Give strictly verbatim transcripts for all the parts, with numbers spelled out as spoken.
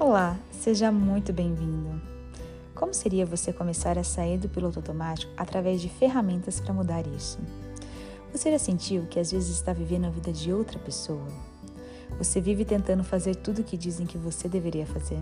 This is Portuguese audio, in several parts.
Olá, seja muito bem-vindo. Como seria você começar a sair do piloto automático através de ferramentas para mudar isso? Você já sentiu que às vezes está vivendo a vida de outra pessoa? Você vive tentando fazer tudo o que dizem que você deveria fazer?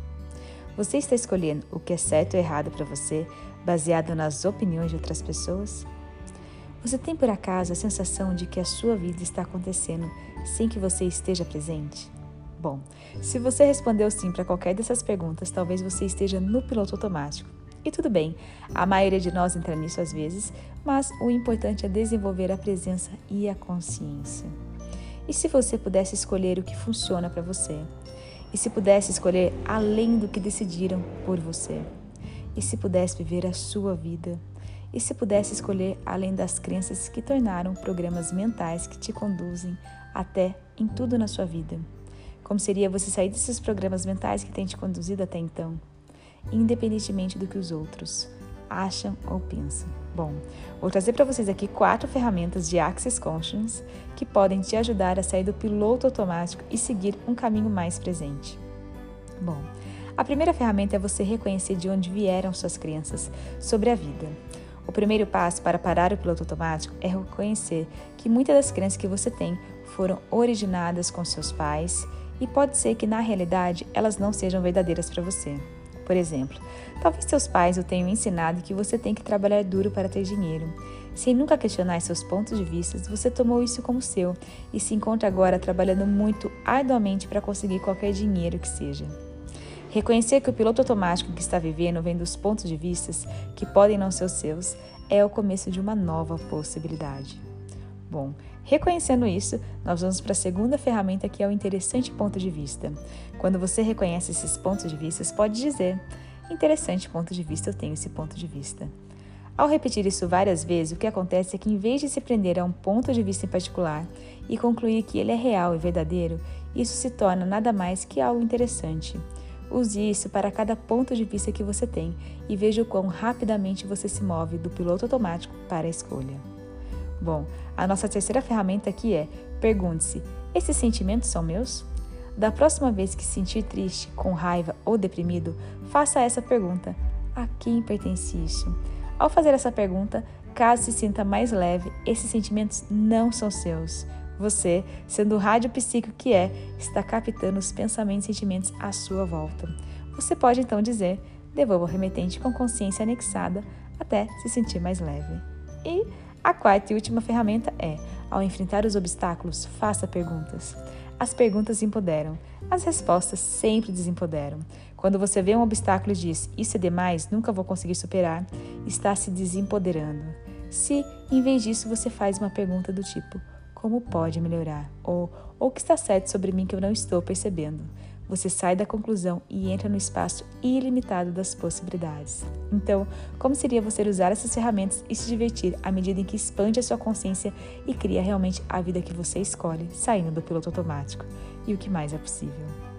Você está escolhendo o que é certo ou errado para você, baseado nas opiniões de outras pessoas? Você tem por acaso a sensação de que a sua vida está acontecendo sem que você esteja presente? Bom, se você respondeu sim para qualquer dessas perguntas, talvez você esteja no piloto automático. E tudo bem, a maioria de nós entra nisso às vezes, mas o importante é desenvolver a presença e a consciência. E se você pudesse escolher o que funciona para você? E se pudesse escolher além do que decidiram por você? E se pudesse viver a sua vida? E se pudesse escolher além das crenças que tornaram programas mentais que te conduzem até em tudo na sua vida? Como seria você sair desses programas mentais que têm te conduzido até então? Independentemente do que os outros acham ou pensam. Bom, vou trazer para vocês aqui quatro ferramentas de Access Conscious que podem te ajudar a sair do piloto automático e seguir um caminho mais presente. Bom, a primeira ferramenta é você reconhecer de onde vieram suas crenças sobre a vida. O primeiro passo para parar o piloto automático é reconhecer que muitas das crenças que você tem foram originadas com seus pais e pode ser que, na realidade, elas não sejam verdadeiras para você. Por exemplo, talvez seus pais o tenham ensinado que você tem que trabalhar duro para ter dinheiro. Sem nunca questionar seus pontos de vista, você tomou isso como seu e se encontra agora trabalhando muito arduamente para conseguir qualquer dinheiro que seja. Reconhecer que o piloto automático que está vivendo vem dos pontos de vista que podem não ser os seus é o começo de uma nova possibilidade. Bom, reconhecendo isso, nós vamos para a segunda ferramenta, que é o interessante ponto de vista. Quando você reconhece esses pontos de vista, pode dizer: interessante ponto de vista, eu tenho esse ponto de vista. Ao repetir isso várias vezes, o que acontece é que, em vez de se prender a um ponto de vista em particular e concluir que ele é real e verdadeiro, isso se torna nada mais que algo interessante. Use isso para cada ponto de vista que você tem e veja o quão rapidamente você se move do piloto automático para a escolha. Bom, a nossa terceira ferramenta aqui é: pergunte-se, esses sentimentos são meus? Da próxima vez que se sentir triste, com raiva ou deprimido, faça essa pergunta: a quem pertence isso? Ao fazer essa pergunta, caso se sinta mais leve, esses sentimentos não são seus. Você, sendo o rádio psíquico que é, está captando os pensamentos e sentimentos à sua volta. Você pode então dizer: devolva o remetente com consciência anexada até se sentir mais leve. E a quarta e última ferramenta é: ao enfrentar os obstáculos, faça perguntas. As perguntas empoderam, as respostas sempre desempoderam. Quando você vê um obstáculo e diz: isso é demais, nunca vou conseguir superar, está se desempoderando. Se, em vez disso, você faz uma pergunta do tipo: como pode melhorar? Ou o que está certo sobre mim que eu não estou percebendo? Você sai da conclusão e entra no espaço ilimitado das possibilidades. Então, como seria você usar essas ferramentas e se divertir à medida em que expande a sua consciência e cria realmente a vida que você escolhe, saindo do piloto automático? E o que mais é possível?